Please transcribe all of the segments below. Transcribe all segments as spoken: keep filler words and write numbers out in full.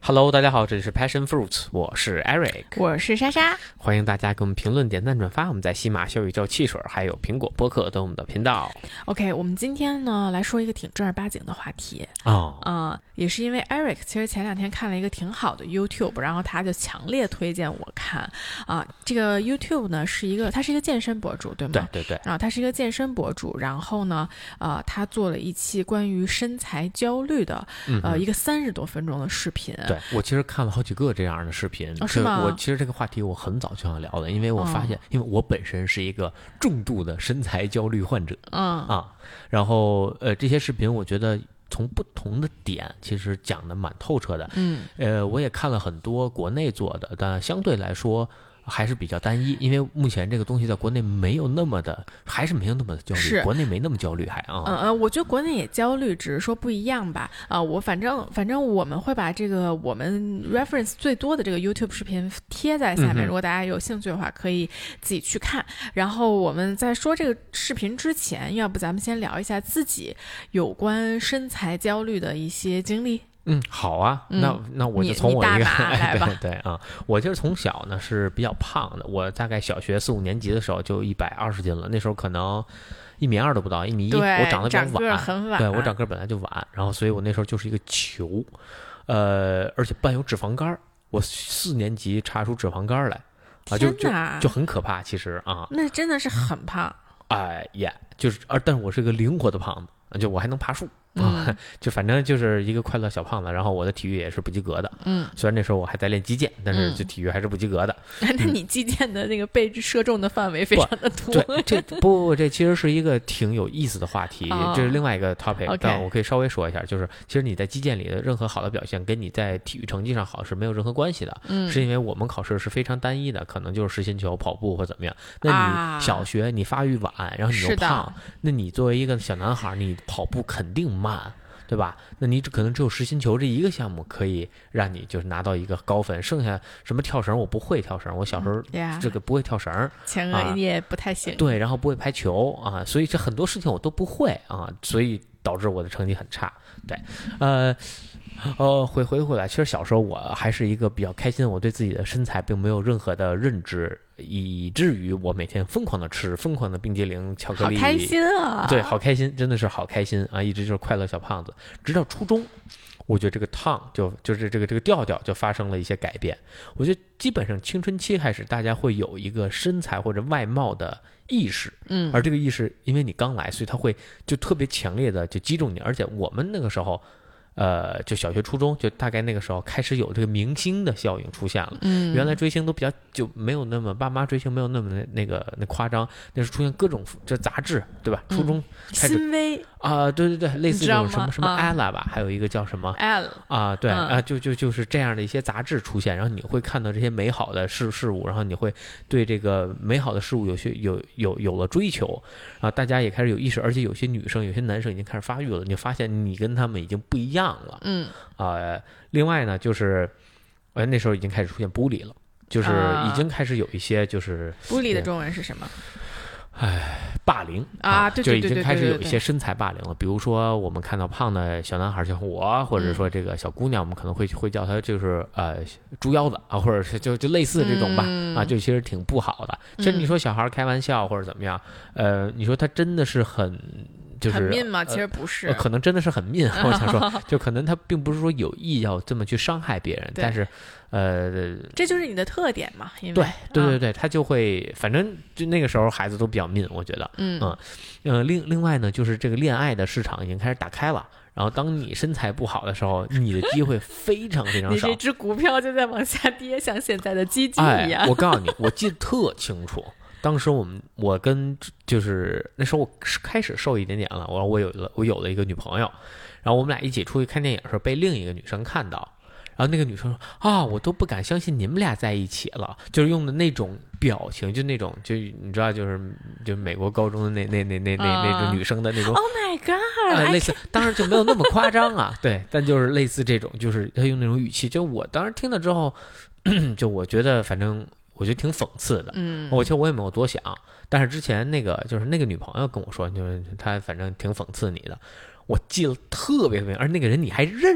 Hello， 大家好，这里是 Passion Fruits， 我是 Eric， 我是莎莎， 欢迎大家给我们评论、点赞、转发。我们在喜马、小宇宙、汽水还有苹果播客都有我们的频道。 OK， 我们今天呢来说一个挺正儿八经的话题哦， 啊、呃，也是因为 Eric 其实前两天看了一个挺好的 YouTube， 然后他就强烈推荐我看啊、呃。这个 YouTube 呢是一个，他是一个健身博主，对吗？ 对对对。 啊，他是一个健身博主，然后呢，呃，他做了一期关于身材焦虑的，呃， 嗯、 一个三十多分钟的视频。 对，我其实看了好几个这样的视频。 哦，是吗？ 我其实这个话题我很早就想聊的，因为我发现，哦、因为我本身是一个重度的身材焦虑患者。 嗯啊，然后呃，这些视频我觉得从不同的点其实讲的蛮透彻的。 嗯， 呃，我也看了很多国内做的，但相对来说还是比较单一，因为目前这个东西在国内没有那么的，还是没有那么的焦虑， 是国内没那么焦虑还啊。 嗯嗯，我觉得国内也焦虑，只是说不一样吧。啊、呃，我反正反正我们会把这个我们 reference 最多的这个 YouTube 视频贴在下面， 嗯、 如果大家有兴趣的话，可以自己去看。然后我们在说这个视频之前，要不咱们先聊一下自己有关身材焦虑的一些经历。 嗯，好啊， 嗯、 那那我就从我一个来吧， 对对啊，我就是从小呢是比较胖的，我大概小学四五年级的时候就一百二十斤了，那时候可能一米二都不到，一米一，我长得比较晚， 很晚， 对我长个本来就晚，然后所以我那时候就是一个球，呃，而且伴有脂肪肝，我四年级查出脂肪肝来，啊，就就就很可怕，其实啊， 那真的是很胖， 哎呀，就是而但是我是个灵活的胖子，就我还能爬树。 嗯， 就反正就是一个快乐小胖子，然后我的体育也是不及格的。 嗯， 虽然那时候我还在练击剑，但是就体育还是不及格的。 嗯、那你击剑的那个被射中的范围非常的多。 对，这不不这其实是一个挺有意思的话题， 哦、 这是另外一个 topic，、 okay、 但我可以稍微说一下，就是其实你在击剑里的任何好的表现，跟你在体育成绩上好是没有任何关系的。 嗯， 是因为我们考试是非常单一的，可能就是实心球、跑步或怎么样。那你小学你发育晚，然后你又胖，那你作为一个小男孩，你跑步肯定慢。对吧？那你可能只有实心球这一个项目可以让你就是拿到一个高分，剩下什么跳绳我不会跳绳，我小时候这个不会跳绳， 前额也不太行、 啊。对，然后不会排球啊，所以这很多事情我都不会啊，所以导致我的成绩很差。对，呃。呃，回回回来，其实小时候我还是一个比较开心，我对自己的身材并没有任何的认知，以至于我每天疯狂的吃，疯狂的冰激凌、巧克力， 好开心啊！ 对，好开心，真的是好开心啊！一直就是快乐小胖子，直到初中，我觉得这个烫就就是这个这个调调就发生了一些改变。我觉得基本上青春期开始，大家会有一个身材或者外貌的意识， 嗯， 而这个意识因为你刚来，所以它会就特别强烈的就击中你，而且我们那个时候。呃，就小学、初中，就大概那个时候开始有这个明星的效应出现了。 嗯， 原来追星都比较就没有那么爸妈追星没有那么那那个那夸张，那是出现各种这杂志，对吧？初中开始新微啊、呃，对对对，类似这种什么什么 Ella 吧，还有一个叫什么 L 啊，对、 嗯、 啊，就就就是这样的一些杂志出现，然后你会看到这些美好的事事物，然后你会对这个美好的事物有些有有有了追求啊，大家也开始有意识，而且有些女生、有些男生已经开始发育了，你发现你跟他们已经不一样了， 嗯。 呃，另外呢，就是呃那时候已经开始出现 bully 了，就是已经开始有一些就是、 uh, bully 的中文是什么？ 哎，霸凌啊，对对对对对对， 就已经开始有一些身材霸凌了。比如说，我们看到胖的小男孩像我，或者说这个小姑娘，我们可能会会叫他就是呃猪腰子啊，或者是就就类似这种吧， 嗯、 啊，就其实挺不好的。其实你说小孩开玩笑或者怎么样，呃，你说他真的是很。就是很命吗？其实不是、 呃，可能真的是很命。我想说，就可能他并不是说有意要这么去伤害别人，但是，呃， 这就是你的特点嘛。因为对对对对，他就会，反正就那个时候孩子都比较命，我觉得， 嗯嗯呃，另另外呢，就是这个恋爱的市场已经开始打开了。然后当你身材不好的时候，你的机会非常非常少。 你这只股票就在往下跌，像现在的基金一样。 哎、我告诉你，我记得特清楚。当时我们我跟就是那时候我开始瘦一点点了，我我有了我有了一个女朋友，然后我们俩一起出去看电影的时候被另一个女生看到，然后那个女生说啊，我都不敢相信你们俩在一起了，就是用的那种表情，就那种就你知道就是就美国高中的那那那那那那种女生的那种 ，Oh my God， 呃、类似，当然就没有那么夸张啊，对，但就是类似这种，就是她用那种语气，就我当时听了之后，就我觉得反正。我觉得挺讽刺的， 嗯， 我其实我也没有多想，但是之前那个就是那个女朋友跟我说，就是她反正挺讽刺你的，我记得特别特别，而那个人你还认识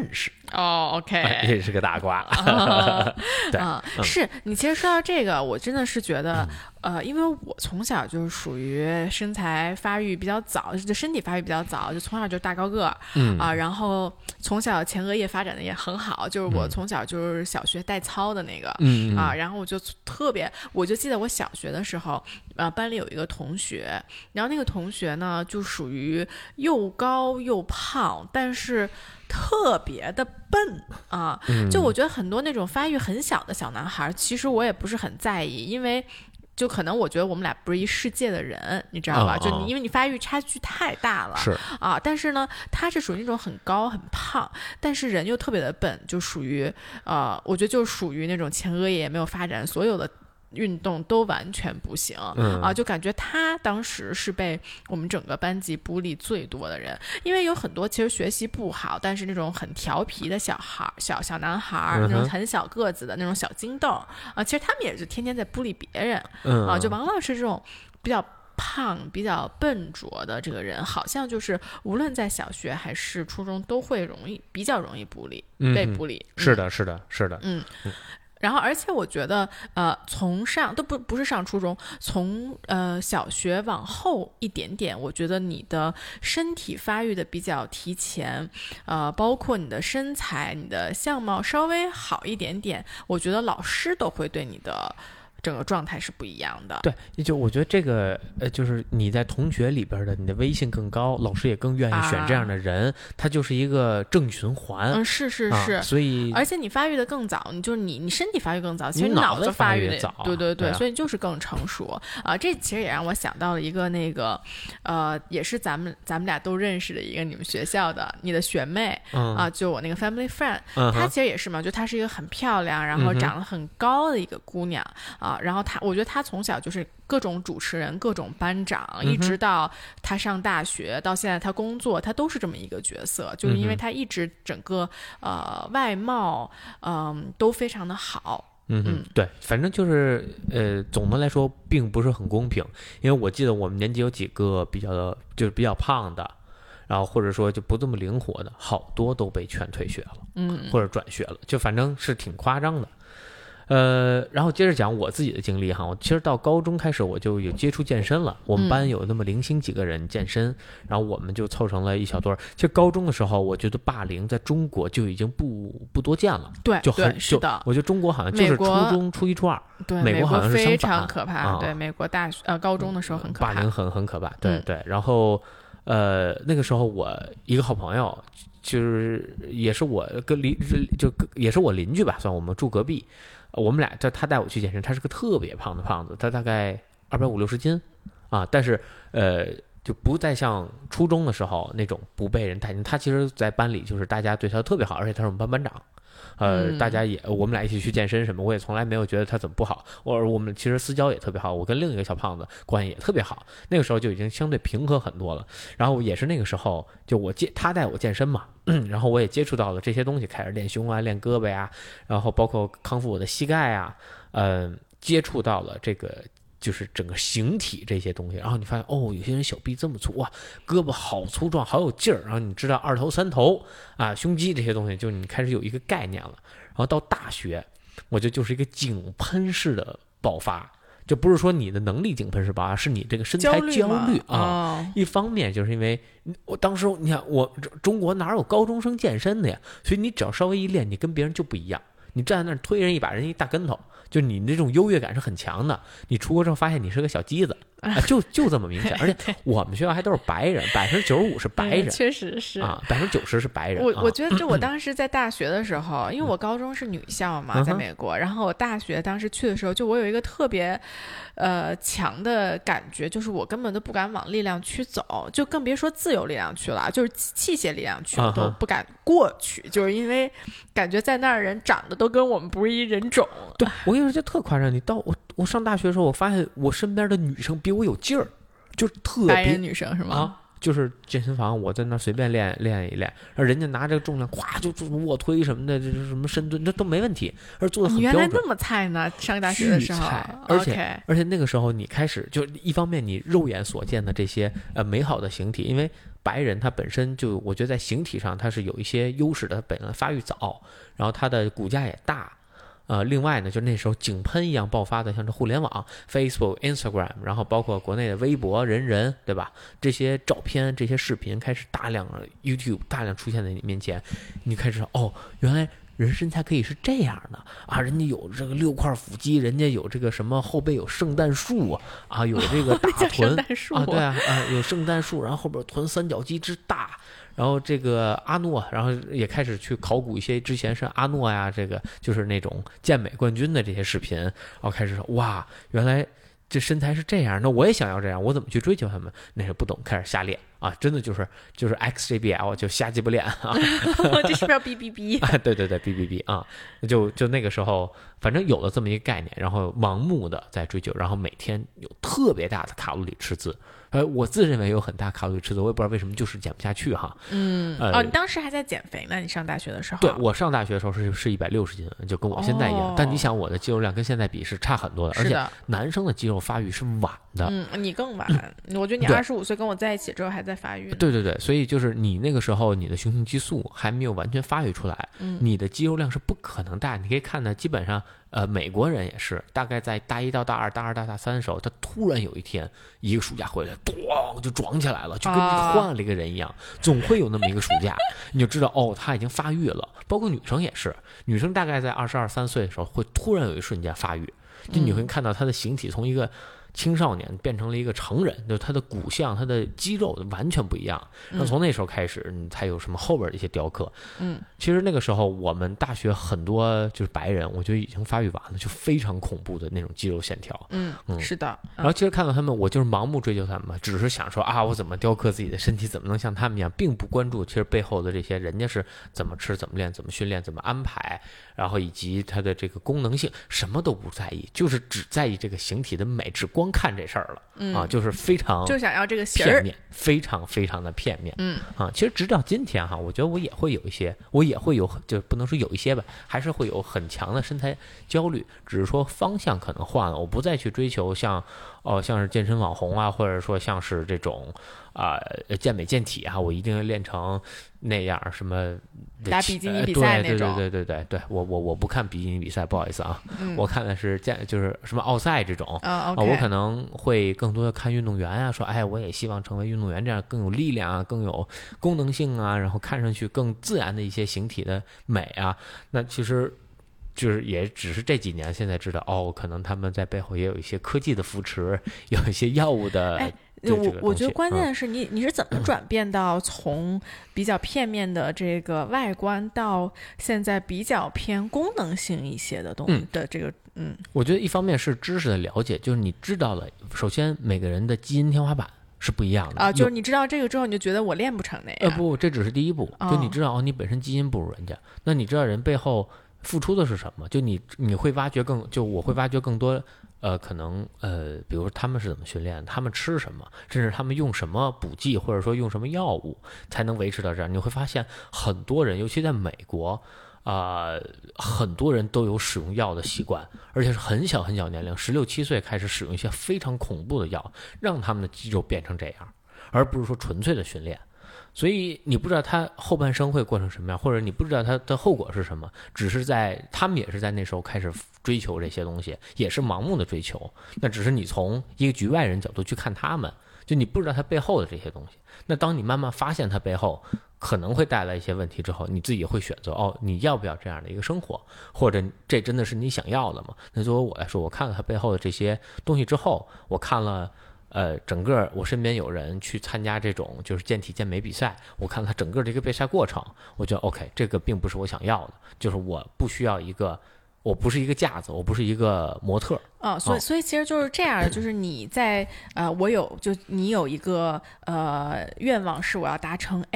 哦 ，OK， 这是个大瓜。对， 啊、 嗯、 是你其实说到这个，我真的是觉得，嗯、呃，因为我从小就是属于身材发育比较早，就身体发育比较早，就从小就大高个儿， 嗯啊、然后从小前额叶发展的也很好，就是我从小就是小学带操的那个， 嗯啊，然后我就特别，我就记得我小学的时候，呃，班里有一个同学，然后那个同学呢，就属于又高又胖，但是特别的笨啊，就我觉得很多那种发育很小的小男孩，其实我也不是很在意，因为就可能我觉得我们俩不是一世界的人，你知道吧？ 哦、 就你因为你发育差距太大了， 是啊，但是呢，他是属于那种很高很胖，但是人又特别的笨，就属于呃，我觉得就属于那种前额叶也没有发展，所有的运动都完全不行、 嗯、 啊，就感觉他当时是被我们整个班级孤立最多的人，因为有很多其实学习不好，但是那种很调皮的小孩小小男孩、嗯、那种很小个子的那种小金豆啊，其实他们也是天天在孤立别人、 嗯、 啊，就王老师这种比较胖比较笨拙的这个人，好像就是无论在小学还是初中都会容易比较容易孤立、嗯、被孤立、 嗯、是的是的是的嗯, 嗯然后，而且我觉得，呃，从上都不不是上初中，从呃小学往后一点点，我觉得你的身体发育的比较提前，呃，包括你的身材、你的相貌稍微好一点点，我觉得老师都会对你的整个状态是不一样的。 对，就我觉得这个呃，就是你在同学里边的，你的威信更高，老师也更愿意选这样的人，啊、他就是一个正循环。 嗯，是是是、 啊，所以而且你发育的更早，你就是你你身体发育更早，其实你脑子发育的早， 对对对， 对啊、 所以就是更成熟啊。这其实也让我想到了一个那个呃，也是咱们咱们俩都认识的一个你们学校的你的学妹、 嗯、 啊，就我那个 family friend，、 嗯、 她其实也是嘛，就她是一个很漂亮，然后长得很高的一个姑娘、嗯、啊，然后她我觉得她。他从小就是各种主持人各种班长、嗯、一直到他上大学到现在他工作他都是这么一个角色，就是因为他一直整个呃外貌嗯、呃、都非常的好。 嗯嗯，对，反正就是呃总的来说并不是很公平，因为我记得我们年级有几个比较就是比较胖的，然后或者说就不这么灵活的，好多都被劝退学了， 嗯， 或者转学了，就反正是挺夸张的。呃，然后接着讲我自己的经历哈，我其实到高中开始我就有接触健身了，我们班有那么零星几个人健身、嗯、然后我们就凑成了一小堆儿。其实高中的时候我觉得霸凌在中国就已经不不多见了， 对， 就很对是的， 我觉得中国好像就是初中初一初二， 对， 美国好像是相反， 非常可怕、 啊、 对，美国大学呃高中的时候很可怕， 霸凌很很可怕，对对、嗯、然后呃那个时候我一个好朋友就是也是我跟邻就也是我邻居吧，算我们住隔壁，我们俩他他带我去健身，他是个特别胖的胖子，他大概二百五六十斤啊，但是呃就不再像初中的时候那种不被人待见，他其实在班里就是大家对他特别好，而且他是我们班班长。呃、嗯，大家也我们俩一起去健身什么，我也从来没有觉得他怎么不好。我我们其实私交也特别好，我跟另一个小胖子关系也特别好。那个时候就已经相对平和很多了。然后也是那个时候，就我接他带我健身嘛，然后我也接触到了这些东西，开始练胸啊、练胳膊呀，然后包括康复我的膝盖啊，嗯、呃，接触到了这个。就是整个形体这些东西，然后你发现哦，有些人小臂这么粗哇，胳膊好粗壮，好有劲儿，然后你知道二头三头啊，胸肌这些东西，就你开始有一个概念了。然后到大学，我觉得就是一个井喷式的爆发，就不是说你的能力井喷式爆发，是你这个身材焦虑啊、哦。一方面就是因为我当时你看我中国哪有高中生健身的呀，所以你只要稍微一练，你跟别人就不一样。你站在那儿推人一把，人一大跟头，就你那种优越感是很强的。你出国之后发现你是个小鸡子，啊、就就这么明显。而且我们学校还都是白人，百分之九十五是白人， 确实是啊，百分之九十是白人。 我、 啊、 我觉得，就我当时在大学的时候，因为我高中是女校嘛，在美国，然后我大学当时去的时候，就我有一个特别呃强的感觉，就是我根本都不敢往力量区走，就更别说自由力量区了，就是器械力量区我都不敢过去，就是因为感觉在那儿人长得都跟我们不是一人种。 对，我跟你说就特夸张，你到我我上大学的时候，我发现我身边的女生比我有劲儿，就特别白人女生是吗？ 啊， 就是健身房，我在那随便练练一练，而人家拿这个重量，咵就做卧推什么的，这是什么深蹲，这都没问题，而做的很标准。 你原来那么菜呢？上大学的时候， 而且、 okay. 而且那个时候你开始就一方面你肉眼所见的这些呃美好的形体，因为白人他本身就我觉得在形体上他是有一些优势的，他本来发育早，然后他的骨架也大。呃，另外呢，就那时候井喷一样爆发的，像是互联网 ，Facebook、Instagram， 然后包括国内的微博、人人，对吧？这些照片、这些视频开始大量 YouTube 大量出现在你面前，你开始哦，原来人身材可以是这样的啊！人家有这个六块腹肌，人家有这个什么后背有圣诞树啊，有这个大臀啊，对啊啊，有圣诞树，然后后边臀三角肌之大。然后这个阿诺，然后也开始去考古一些之前是阿诺呀，这个就是那种健美冠军的这些视频，然后开始说哇，原来这身材是这样，那我也想要这样，我怎么去追求他们？那是不懂，开始瞎练啊，真的就是就是 X J B L 就瞎鸡巴练啊， 这是不是要哔哔哔？ 啊，对对对，哔哔哔啊，就就那个时候，反正有了这么一个概念，然后盲目的在追求，然后每天有特别大的卡路里赤字。呃，我自认为有很大卡路里赤字，我也不知道为什么，就是减不下去哈。 嗯， 呃、 哦，你当时还在减肥呢？你上大学的时候？ 对，我上大学的时候是是一百六十斤，就跟我现在一样、哦。但你想，我的肌肉量跟现在比是差很多的，而且男生的肌肉发育是晚的。 嗯，你更晚。嗯、我觉得你二十五岁跟我在一起之后还在发育。 对对对，所以就是你那个时候，你的雄性激素还没有完全发育出来， 嗯、 你的肌肉量是不可能大。你可以看到，基本上。呃，美国人也是，大概在大一到大二、大二到大三的时候，他突然有一天，一个暑假回来，咣就壮起来了，就跟换了一个人一样。啊、总会有那么一个暑假，你就知道哦，他已经发育了。包括女生也是，女生大概在二十二三岁的时候，会突然有一瞬间发育，就你会看到她的形体从一个青少年变成了一个成人，就他的骨相、他的肌肉完全不一样。那从那时候开始，你才有什么后边的一些雕刻。 嗯， 其实那个时候我们大学很多就是白人，我觉得已经发育完了，就非常恐怖的那种肌肉线条。 嗯嗯，是的。嗯、 然后其实看到他们，我就是盲目追求他们嘛，只是想说啊，我怎么雕刻自己的身体，怎么能像他们一样，并不关注其实背后的这些人家是怎么吃、怎么练、怎么训练、怎么安排，然后以及它的这个功能性，什么都不在意，就是只在意这个形体的美，只光看这事儿了。 嗯、 啊，就是非常就想要这个片面，非常非常的片面。 嗯啊，其实直到今天哈，我觉得我也会有一些，我也会有，就不能说有一些吧，还是会有很强的身材焦虑，只是说方向可能换了，我不再去追求像哦像是健身网红啊，或者说像是这种啊、呃、健美健体啊，我一定要练成那样什么打比基尼比赛那种。 呃、对对对对对对，我我我不看比基尼比赛，不好意思啊， 嗯、 我看的是健就是什么奥赛这种啊、 哦 okay 呃，我可能会更多的看运动员啊，说哎，我也希望成为运动员，这样更有力量啊，更有功能性啊，然后看上去更自然的一些形体的美啊。那其实就是也只是这几年现在知道哦，可能他们在背后也有一些科技的扶持，有一些药物的。 哎我我觉得关键嗯是你你是怎么转变到从比较片面的这个外观到现在比较偏功能性一些的东西的这个嗯， 我觉得一方面是知识的了解，就是你知道了，首先每个人的基因天花板是不一样的啊，就是你知道这个之后，你就觉得我练不成那样。 呃不，这只是第一步，就你知道哦，你本身基因不如人家，那你知道人背后付出的是什么？就你你会挖掘更，就我会挖掘更多。呃，可能呃，比如说他们是怎么训练，他们吃什么，甚至他们用什么补剂，或者说用什么药物才能维持到这样。你会发现很多人，尤其在美国，啊、呃，很多人都有使用药的习惯，而且是很小很小年龄，十六七岁开始使用一些非常恐怖的药，让他们的肌肉变成这样，而不是说纯粹的训练。所以你不知道他后半生会过成什么样，或者你不知道他的后果是什么，只是在他们也是在那时候开始追求这些东西，也是盲目的追求。那只是你从一个局外人角度去看他们，就你不知道他背后的这些东西。那当你慢慢发现他背后可能会带来一些问题之后，你自己会选择哦，你要不要这样的一个生活，或者这真的是你想要的吗？那作为我来说，我看了他背后的这些东西之后，我看了。呃，整个我身边有人去参加这种就是健体健美比赛，我看他整个这个比赛过程，我觉得 OK， 这个并不是我想要的，就是我不需要一个，我不是一个架子，我不是一个模特。 哦，所以所以其实就是这样的，就是你在呃，我有就你有一个呃愿望是我要达成 A。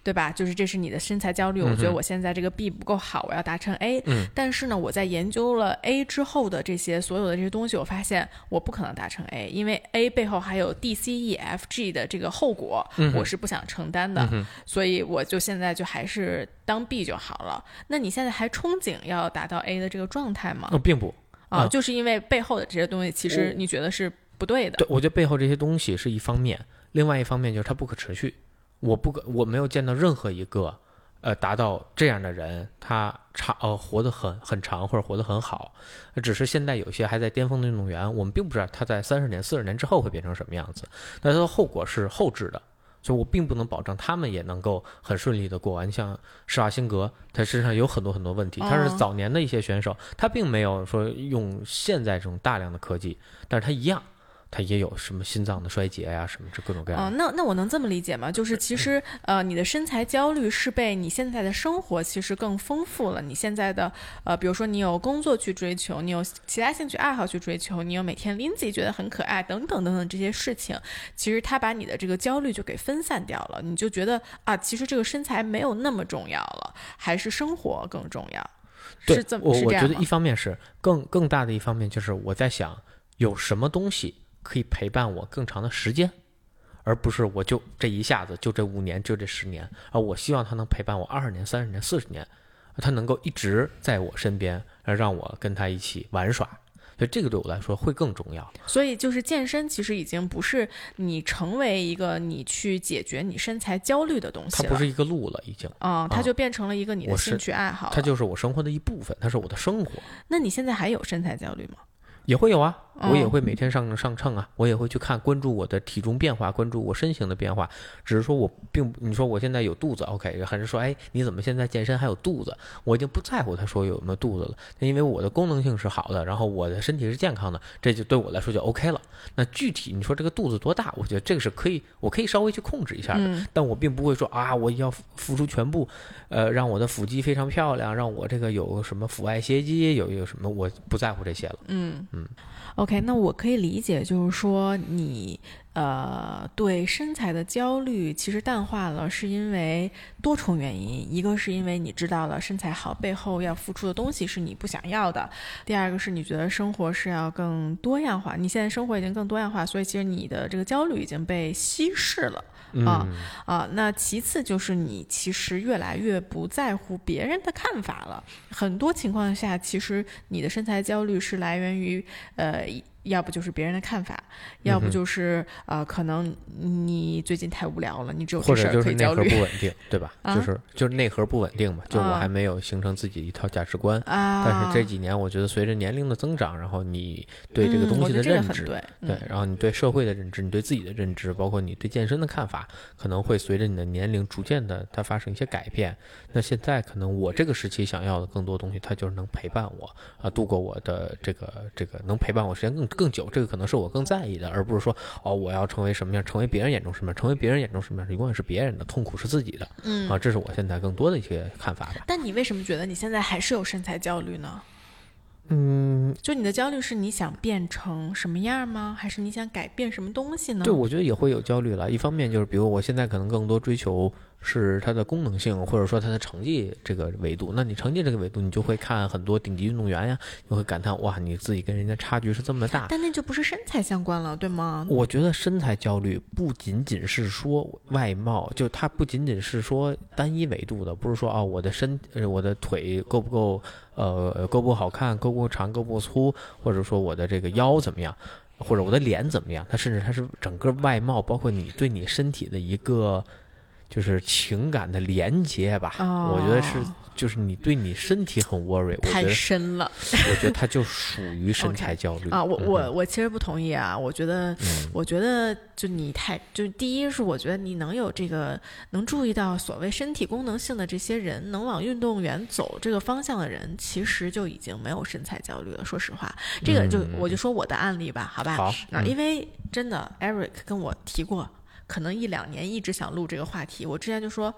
对吧？就是这是你的身材焦虑， 嗯、 我觉得我现在这个 B 不够好，我要达成 A、 嗯、 但是呢我在研究了 A 之后的这些所有的这些东西，我发现我不可能达成 A， 因为 A 背后还有 D C E F G 的这个后果、 嗯、 我是不想承担的、 嗯、 所以我就现在就还是当 B 就好了。那你现在还憧憬要达到 A 的这个状态吗？ 哦、并不啊、 啊， 就是因为背后的这些东西其实你觉得是不对的。 对，我觉得背后这些东西是一方面，另外一方面就是它不可持续。我不可，我没有见到任何一个，呃，达到这样的人，他长呃活得很很长或者活得很好，只是现在有些还在巅峰的运动员，我们并不知道他在三十年、四十年之后会变成什么样子，那他的后果是后置的，所以我并不能保证他们也能够很顺利的过完。像施瓦辛格，他身上有很多很多问题，他是早年的一些选手，他并没有说用现在这种大量的科技，但是他一样。他也有什么心脏的衰竭呀、啊，什么这各种各样的。 哦，那那我能这么理解吗？就是其实呃，你的身材焦虑是被你现在的生活其实更丰富了。你现在的呃，比如说你有工作去追求，你有其他兴趣爱好去追求，你有每天拎自己觉得很可爱等等等等这些事情，其实他把你的这个焦虑就给分散掉了。你就觉得啊，其实这个身材没有那么重要了，还是生活更重要。 对， 是这么我是这样吗？ 我觉得一方面是更更大的一方面就是我在想有什么东西可以陪伴我更长的时间，而不是我就这一下子就这五年就这十年，而我希望它能陪伴我二十年、三十年、四十年，它能够一直在我身边，让我跟他一起玩耍。所以这个对我来说会更重要。 所以就是健身其实已经不是你成为一个你去解决你身材焦虑的东西了， 它不是一个路了，已经啊、嗯，它就变成了一个你的嗯兴趣爱好了， 它就是我生活的一部分，它是我的生活。 那你现在还有身材焦虑吗？ 也会有啊，我也会每天上上秤啊，我也会去看关注我的体重变化，关注我身形的变化。只是说我并你说我现在有肚子 OK， 还是说哎你怎么现在健身还有肚子，我已经不在乎他说有没有肚子了，因为我的功能性是好的，然后我的身体是健康的，这就对我来说就 OK 了。那具体你说这个肚子多大，我觉得这个是可以我可以稍微去控制一下的、嗯、但我并不会说啊我要付出全部，呃让我的腹肌非常漂亮，让我这个有什么腹外斜肌，有有什么，我不在乎这些了。 嗯嗯 OK， 那我可以理解，就是说你呃对身材的焦虑其实淡化了，是因为多重原因。一个是因为你知道了身材好背后要付出的东西是你不想要的，第二个是你觉得生活是要更多样化，你现在生活已经更多样化，所以其实你的这个焦虑已经被稀释了。啊、 嗯、 啊，那其次就是你其实越来越不在乎别人的看法了。很多情况下，其实你的身材焦虑是来源于呃。要不就是别人的看法，要不就是、嗯、呃，可能你最近太无聊了，你只有这事儿可以焦虑， 或者就是内核不稳定，对吧？ 啊、 就是就是内核不稳定嘛，就我还没有形成自己一套价值观。 啊、 但是这几年，我觉得随着年龄的增长，然后你对这个东西的认知， 嗯、对、嗯， 对，然后你对社会的认知，你对自己的认知，包括你对健身的看法，可能会随着你的年龄逐渐的它发生一些改变。那现在可能我这个时期想要的更多东西，它就是能陪伴我啊，度过我的这个这个能陪伴我时间更更久，这个可能是我更在意的，而不是说哦我要成为什么样，成为别人眼中什么样，成为别人眼中什么样，永远是别人的，痛苦是自己的。 嗯啊，这是我现在更多的一些看法吧。 但你为什么觉得你现在还是有身材焦虑呢？ 嗯， 就你的焦虑是你想变成什么样吗？还是你想改变什么东西呢？ 对，我觉得也会有焦虑了。一方面就是比如我现在可能更多追求是它的功能性，或者说它的成绩这个维度。那你成绩这个维度，你就会看很多顶级运动员呀，你会感叹哇，你自己跟人家差距是这么大。 但那就不是身材相关了，对吗？ 我觉得身材焦虑不仅仅是说外貌，就它不仅仅是说单一维度的，不是说哦我的身呃我的腿够不够呃够不够好看，够不够长，够不够粗，或者说我的这个腰怎么样，或者我的脸怎么样，它甚至它是整个外貌，包括你对你身体的一个就是情感的连接吧。 哦、 我觉得是就是你对你身体很 worry， 太深了。 我觉得它就属于身材焦虑。 okay. 啊，我我我其实不同意啊。我觉得， 嗯、 我觉得就你太就第一是我觉得你能有这个能注意到所谓身体功能性的这些人，能往运动员走这个方向的人，其实就已经没有身材焦虑了。说实话，这个就、 嗯、 我就说我的案例吧，好吧？ 好啊，因为真的 Eric 跟我提过。可能一两年一直想录这个话题，我之前就说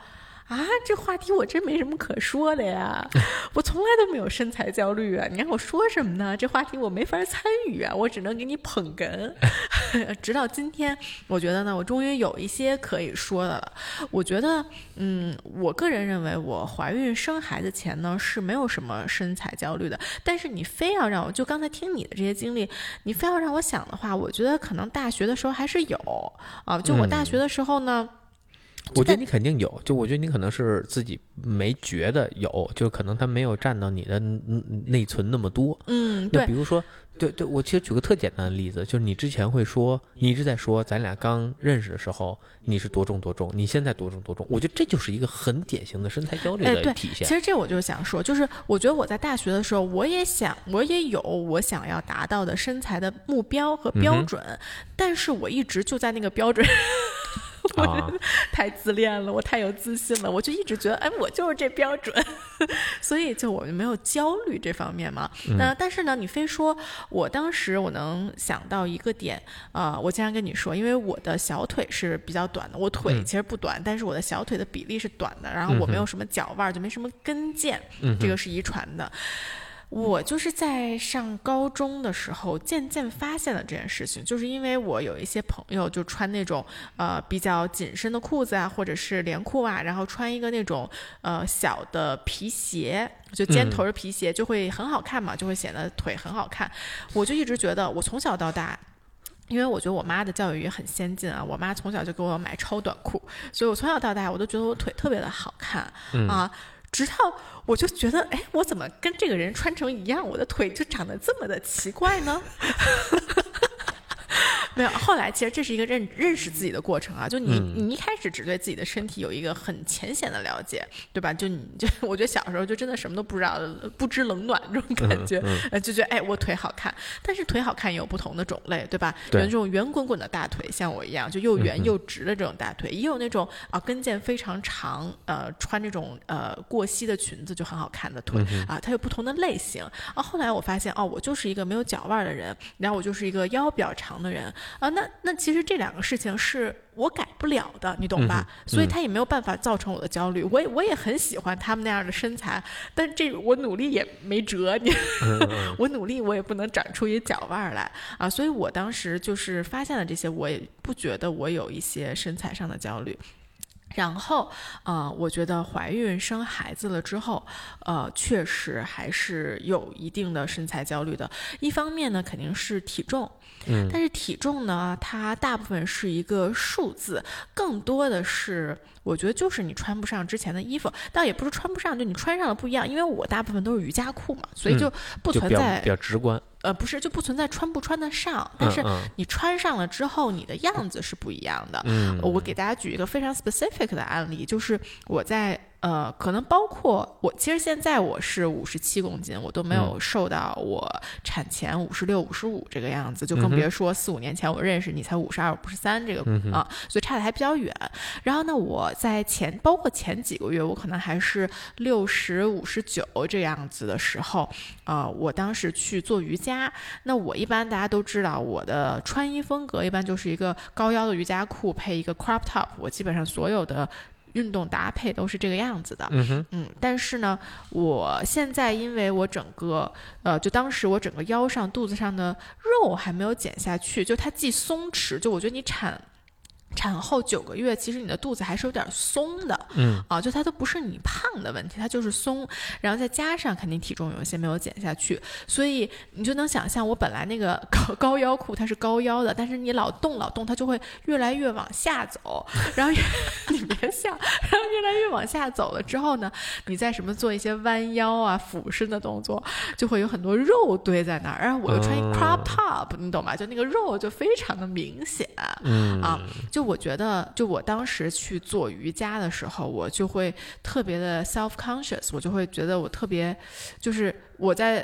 啊，这话题我真没什么可说的呀，我从来都没有身材焦虑啊，你让我说什么呢？这话题我没法参与啊，我只能给你捧哏。直到今天，我觉得呢，我终于有一些可以说的了。我觉得，嗯，我个人认为，我怀孕生孩子前呢是没有什么身材焦虑的。但是你非要让我，就刚才听你的这些经历，你非要让我想的话，我觉得可能大学的时候还是有啊。就我大学的时候呢。嗯我觉得你肯定有，就我觉得你可能是自己没觉得有，就可能它没有占到你的内存那么多。 嗯，对。 那比如说，对对，我其实举个特简单的例子，就是你之前会说，你一直在说，咱俩刚认识的时候你是多重多重，你现在多重多重，我觉得这就是一个很典型的身材焦虑的体现。 哎、其实这我就想说，就是我觉得我在大学的时候，我也想，我也有我想要达到的身材的目标和标准，嗯、但是我一直就在那个标准。我太自恋了，我太有自信了，我就一直觉得，哎，我就是这标准，所以就我就没有焦虑这方面嘛。嗯、那但是呢，你非说我当时我能想到一个点，呃，我经常跟你说，因为我的小腿是比较短的，我腿其实不短，嗯、但是我的小腿的比例是短的，然后我没有什么脚腕，就没什么跟腱，嗯、这个是遗传的。我就是在上高中的时候渐渐发现了这件事情，就是因为我有一些朋友就穿那种呃比较紧身的裤子啊，或者是连裤啊，然后穿一个那种呃小的皮鞋，就尖头的皮鞋，就会很好看嘛，就会显得腿很好看。我就一直觉得，我从小到大。因为我觉得我妈的教育也很先进啊，我妈从小就给我买超短裤，所以我从小到大我都觉得我腿特别的好看、嗯、啊。直到我就觉得，哎，我怎么跟这个人穿成一样，我的腿就长得这么的奇怪呢？没有，后来其实这是一个认认识自己的过程啊。就你、嗯、你一开始只对自己的身体有一个很浅显的了解，对吧？就你就我觉得小时候就真的什么都不知道，不知冷暖这种感觉，嗯嗯、就觉得哎，我腿好看。但是腿好看也有不同的种类，对吧？有那种圆滚滚的大腿，像我一样，就又圆又直的这种大腿，嗯、也有那种啊跟腱非常长，呃，穿那种呃过膝的裙子就很好看的腿、嗯、啊，它有不同的类型啊。后来我发现哦，我就是一个没有脚腕的人，然后我就是一个腰比较长的人。啊，那那其实这两个事情是我改不了的，你懂吧？嗯嗯、所以他也没有办法造成我的焦虑。我也我也很喜欢他们那样的身材，但这我努力也没辙，你、嗯、我努力我也不能长出一脚腕来啊。所以我当时就是发现了这些，我也不觉得我有一些身材上的焦虑。然后，呃，我觉得怀孕生孩子了之后，呃，确实还是有一定的身材焦虑的。一方面呢，肯定是体重，嗯，但是体重呢，它大部分是一个数字，更多的是，我觉得就是你穿不上之前的衣服，倒也不是穿不上，就你穿上了不一样。因为我大部分都是瑜伽裤嘛，所以就不存在、 嗯、比较直观。 呃，不是，就不存在穿不穿得上，但是你穿上了之后，你的样子是不一样的。嗯，我给大家举一个非常 specific 的案例，就是我在呃，可能包括我，其实现在我是五十七公斤，我都没有瘦到我产前五十六、五十五这个样子，就更别说四五年前我认识你才五十二、五十三这个、嗯、啊，所以差的还比较远。然后呢，我在前包括前几个月，我可能还是六十五十九这样子的时候，呃，我当时去做瑜伽。那我一般大家都知道我的穿衣风格一般就是一个高腰的瑜伽裤配一个 crop top， 我基本上所有的运动搭配都是这个样子的。嗯哼，嗯，但是呢，我现在因为我整个呃，就当时我整个腰上、肚子上的肉还没有减下去，就它既松弛，就我觉得你产。产后九个月，其实你的肚子还是有点松的，嗯啊，就它都不是你胖的问题，它就是松，然后再加上肯定体重有一些没有减下去，所以你就能想象，我本来那个高高腰裤它是高腰的，但是你老动老动，它就会越来越往下走，然后你别笑，然后越来越往下走了之后呢，你再什么做一些弯腰啊、俯身的动作，就会有很多肉堆在那儿，然后我又穿一 crop top，、嗯、你懂吧？就那个肉就非常的明显，嗯啊，就。我觉得就我当时去做瑜伽的时候，我就会特别的 self conscious， 我就会觉得我特别就是我在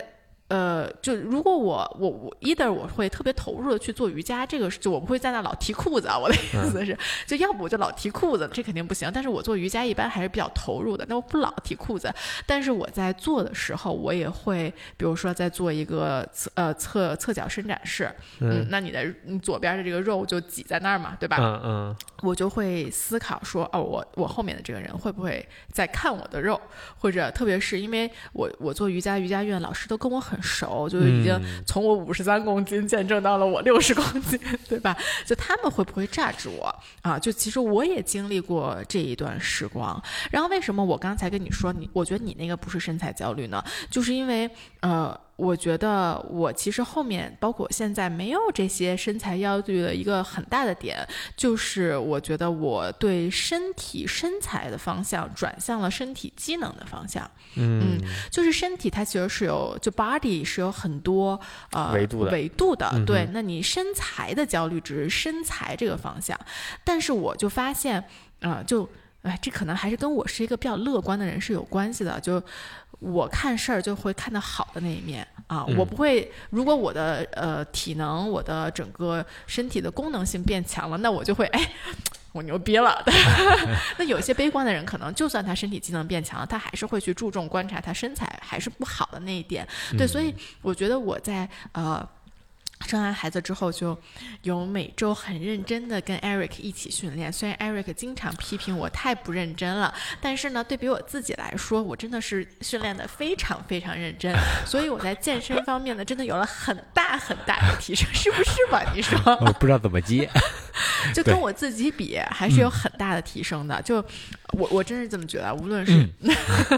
呃，就如果我我我 either 我会特别投入的去做瑜伽，这个是就我不会在那老提裤子啊，我的意思是，嗯、就要不我就老提裤子，这肯定不行。但是我做瑜伽一般还是比较投入的，那我不老提裤子，但是我在做的时候，我也会，比如说在做一个侧呃侧侧脚伸展式，嗯，嗯那你的你左边的这个肉就挤在那儿嘛，对吧？ 嗯嗯， 我就会思考说，哦，我我后面的这个人会不会在看我的肉，或者特别是因为我我做瑜伽，瑜伽院老师都跟我很熟，就已经从我五十三公斤见证到了我六十公斤，对吧？就他们会不会榨着我啊？就其实我也经历过这一段时光。然后为什么我刚才跟你说你，我觉得你那个不是身材焦虑呢？就是因为呃。我觉得我其实后面包括现在没有这些身材焦虑的一个很大的点，就是我觉得我对身体身材的方向转向了身体机能的方向。嗯, 嗯就是身体它其实是有就 body 是有很多呃维度的维度的、 嗯、 对，那你身材的焦虑只是身材这个方向，但是我就发现啊、呃、就哎，这可能还是跟我是一个比较乐观的人是有关系的。就我看事儿就会看到好的那一面啊， 嗯、 我不会。如果我的呃体能，我的整个身体的功能性变强了，那我就会哎，我牛逼了。那有些悲观的人，可能就算他身体机能变强了，他还是会去注重观察他身材还是不好的那一点。对， 嗯、 所以我觉得我在呃。生完孩子之后，就有每周很认真的跟 Eric 一起训练。虽然 Eric 经常批评我太不认真了，但是呢，对比我自己来说，我真的是训练的非常非常认真。所以我在健身方面呢，真的有了很大很大的提升，是不是吧？你说？ 我不知道怎么接， 就跟我自己比，还是有很大的提升的。嗯、就我我真是这么觉得，无论是、 嗯、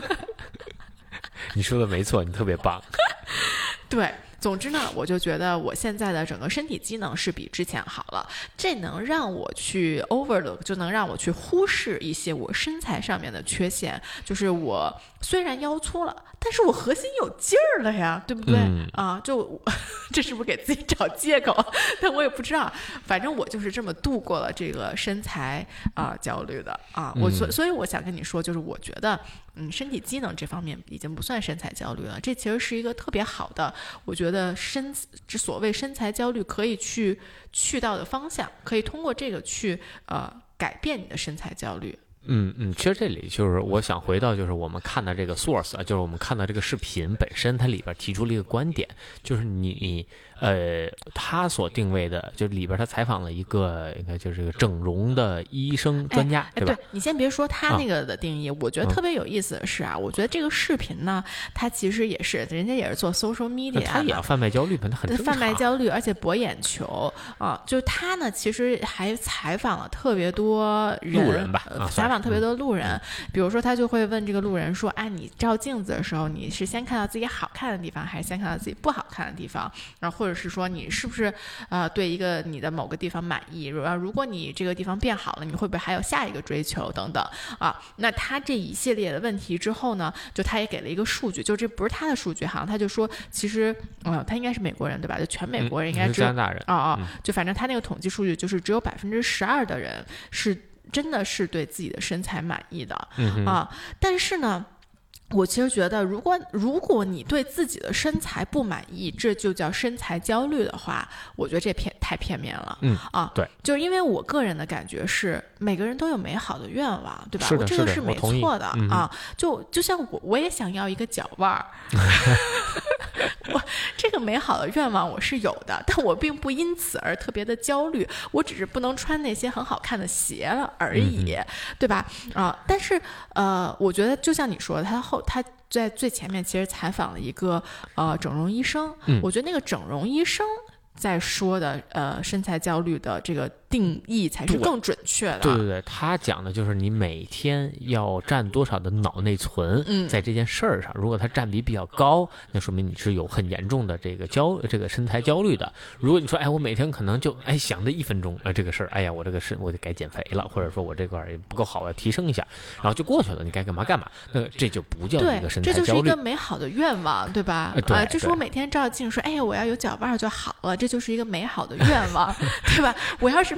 你说的没错，你特别棒。 对。总之呢，我就觉得我现在的整个身体机能是比之前好了，这能让我去 overlook， 就能让我去忽视一些我身材上面的缺陷。就是我虽然腰粗了，但是我核心有劲儿了呀，对不对？ 嗯、 啊，就这是不是给自己找借口？但我也不知道，反正我就是这么度过了这个身材啊、呃、焦虑的啊。我所所以我想跟你说，就是我觉得。嗯，身体机能这方面已经不算身材焦虑了，这其实是一个特别好的，我觉得身之所谓身材焦虑可以去去到的方向，可以通过这个去呃改变你的身材焦虑。 嗯嗯，其实这里就是我想回到，就是我们看到这个 source 啊，就是我们看到这个视频本身，它里边提出了一个观点，就是你呃，他所定位的，就里边他采访了一个应该就是这个整容的医生专家， 哎、 对吧？ 对，你先别说他那个的定义，啊、我觉得特别有意思的是啊，嗯、我觉得这个视频呢，它其实也是人家也是做 social media， 他也要贩卖焦虑，他很正常。 贩卖焦虑，而且博眼球啊，就是他呢，其实还采访了特别多人， 路人吧，啊、 采访特别多路人，嗯、比如说他就会问这个路人说：“哎，你照镜子的时候，你是先看到自己好看的地方，还是先看到自己不好看的地方？然后或者是说你是不是呃对一个你的某个地方满意？如果你这个地方变好了，你会不会还有下一个追求等等啊？那他这一系列的问题之后呢，就他也给了一个数据，就这不是他的数据，好像他就说其实呃他应该是美国人对吧？就全美国人应该只有、 嗯、加拿大人啊啊、 嗯， 就反正他那个统计数据就是只有百分之十二的人是真的是对自己的身材满意的、 嗯、 啊，但是呢。我其实觉得，如果如果你对自己的身材不满意，这就叫身材焦虑的话，我觉得这片太片面了。 嗯啊， 对， 就是因为我个人的感觉是，每个人都有美好的愿望，对吧？ 是的， 我这个是没错的、 嗯、 啊。就就像我，我也想要一个脚腕儿。我这个美好的愿望我是有的，但我并不因此而特别的焦虑，我只是不能穿那些很好看的鞋了而已， 嗯、 对吧？啊，但是呃，我觉得就像你说的，他后他在最前面其实采访了一个呃整容医生， 嗯、 我觉得那个整容医生在说的呃身材焦虑的这个定义才是更准确的。 对对对，他讲的就是你每天要占多少的脑内存， 嗯、 在这件事儿上，如果它占比比较高，那说明你是有很严重的这个焦这个身材焦虑的。如果你说哎，我每天可能就哎想这一分钟啊、呃、这个事儿，哎呀我这个身我得该减肥了，或者说我这块也不够好，我要提升一下，然后就过去了，你该干嘛干嘛，那这就不叫一个身材焦虑。 对，这就是一个美好的愿望，对吧？ 呃、对啊，就是我每天照镜说，哎呀我要有脚腕就好了，这就是一个美好的愿望，对吧？我要是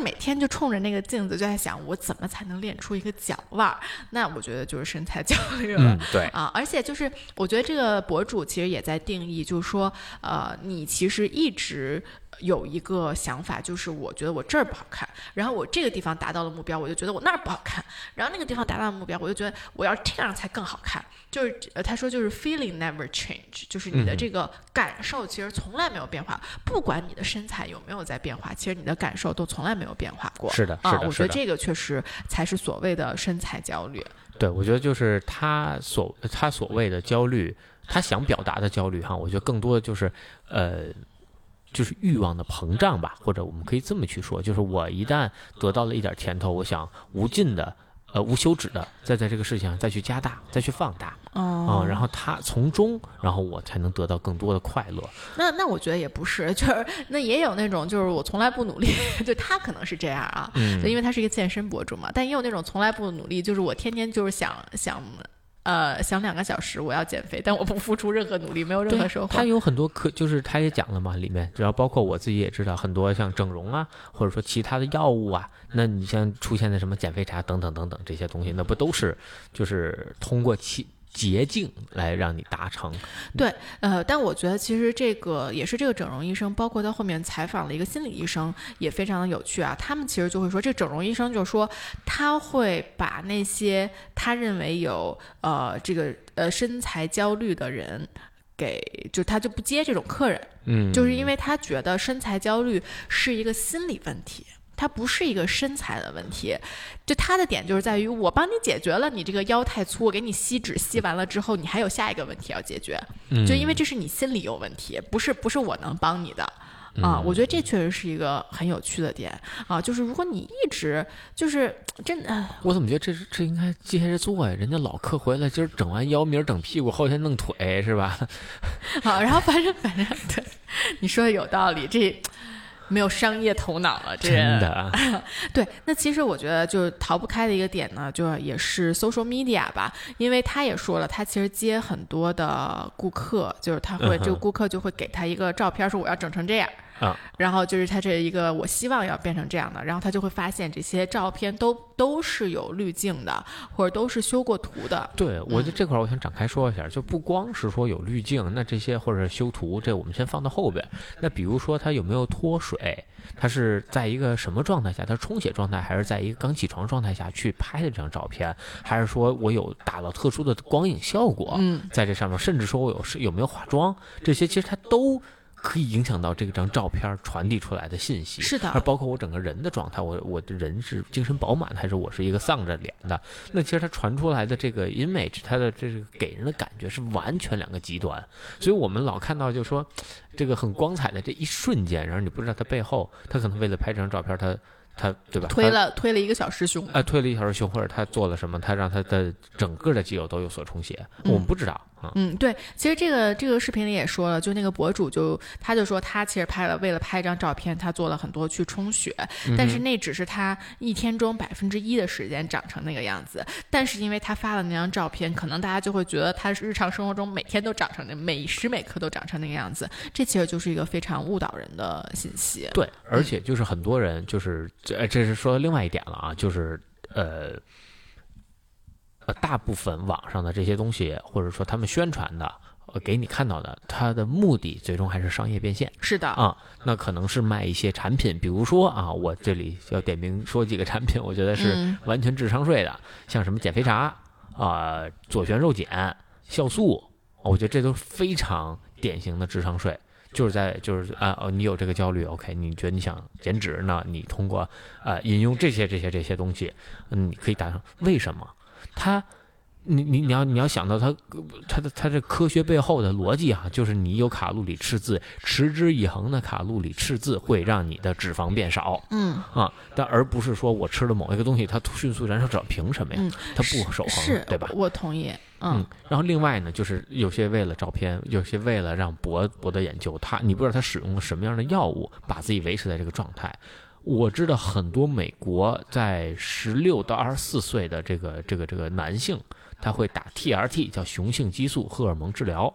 每天就冲着那个镜子就在想，我怎么才能练出一个脚腕儿？那我觉得就是身材焦虑了。 嗯，对啊，而且就是我觉得这个博主其实也在定义，就是说，呃，你其实一直有一个想法，就是我觉得我这儿不好看，然后我这个地方达到了目标，我就觉得我那儿不好看，然后那个地方达到了目标，我就觉得我要这样才更好看。就是呃，他说就是 feeling never change， 就是你的这个感受其实从来没有变化，嗯、不管你的身材有没有在变化，其实你的感受都从来没有变化过。 是的，是的， 啊，我觉得这个确实才是所谓的身材焦虑。 对，我觉得就是他所他所谓的焦虑，他想表达的焦虑哈，我觉得更多的就是呃。就是欲望的膨胀吧，或者我们可以这么去说，就是我一旦得到了一点甜头，我想无尽的、呃无休止的再在这个事情上再去加大、再去放大， 哦、 嗯，然后它从中，然后我才能得到更多的快乐。 那那我觉得也不是，就是那也有那种就是我从来不努力，就他可能是这样啊， 嗯， 就因为他是一个健身博主嘛，但也有那种从来不努力，就是我天天就是想想。呃，想两个小时我要减肥，但我不付出任何努力，没有任何收获。 他有很多可，就是他也讲了嘛，里面，然后包括我自己也知道，很多像整容啊，或者说其他的药物啊，那你像出现的什么减肥茶等等等等这些东西，那不都是就是通过其捷径来让你达成。 对，呃，但我觉得其实这个也是这个整容医生，包括他后面采访了一个心理医生，也非常的有趣啊。他们其实就会说，这个整容医生就说他会把那些他认为有呃这个呃身材焦虑的人给，就他就不接这种客人， 嗯， 就是因为他觉得身材焦虑是一个心理问题。它不是一个身材的问题，就它的点就是在于我帮你解决了你这个腰太粗，我给你吸脂吸完了之后，你还有下一个问题要解决， 嗯、 就因为这是你心里有问题，不是不是我能帮你的啊。我觉得这确实是一个很有趣的点啊，就是如果你一直就是真的， 我怎么觉得这是这应该接着做呀？人家老客回来今儿整完腰，明儿整屁股，后天弄腿是吧？ 好，然后反正反正对你说的有道理，这。没有商业头脑了，这真的。 对，那其实我觉得就逃不开的一个点呢，就也是 social media 吧，因为他也说了，他其实接很多的顾客，就是他会、嗯、这个顾客就会给他一个照片，说我要整成这样。 啊， 然后就是他这一个我希望要变成这样的，然后他就会发现这些照片都都是有滤镜的，或者都是修过图的。 对，我觉得这块我想展开说一下，嗯、就不光是说有滤镜，那这些或者修图，这我们先放到后边。那比如说他有没有脱水，他是在一个什么状态下，他充血状态，还是在一个刚起床状态下去拍的这张照片，还是说我有打到特殊的光影效果， 嗯， 在这上面，甚至说我有是有没有化妆，这些其实他都。可以影响到这张照片传递出来的信息， 是的， 而包括我整个人的状态，我我的人是精神饱满的，还是我是一个丧着脸的？那其实它传出来的这个 image， 它的这个给人的感觉是完全两个极端。所以我们老看到就说这个很光彩的这一瞬间，然后你不知道它背后，他可能为了拍这张照片，他他对吧？ 推了推了一个小时胸， 啊、呃，推了一小时胸，或者他做了什么，他让他的整个的肌肉都有所充血， 嗯、 我们不知道。 嗯，对，其实这个这个视频里也说了，就那个博主就他就说他其实拍了为了拍一张照片，他做了很多去充血， 嗯、 但是那只是他一天中百分之一的时间长成那个样子。但是因为他发了那张照片，可能大家就会觉得他日常生活中每天都长成那每时每刻都长成那个样子，这其实就是一个非常误导人的信息。 对，而且就是很多人就是这这是说另外一点了啊，就是呃。呃，大部分网上的这些东西，或者说他们宣传的，呃，给你看到的，它的目的最终还是商业变现。 是的啊，那可能是卖一些产品，比如说啊，我这里要点名说几个产品，我觉得是完全智商税的，嗯、像什么减肥茶啊、呃、左旋肉碱、酵素，我觉得这都非常典型的智商税。就是在就是啊哦，你有这个焦虑 ，OK， 你觉得你想减脂呢？你通过呃饮用这些这些这些东西，嗯，你可以达成。为什么？它，你你你要你要想到它，它的它这科学背后的逻辑啊，就是你有卡路里赤字，持之以恒的卡路里赤字会让你的脂肪变少， 嗯啊，但而不是说我吃了某一个东西，它迅速燃烧脂肪，凭什么呀？ 嗯、 它不守恒， 是对吧？ 我同意。 嗯, 嗯，然后另外呢，就是有些为了照片，有些为了让博博得眼球，他你不知道他使用了什么样的药物，把自己维持在这个状态。我知道很多美国在十六到二十四岁的这个这个这个男性，他会打 T R T， 叫雄性激素荷尔蒙治疗。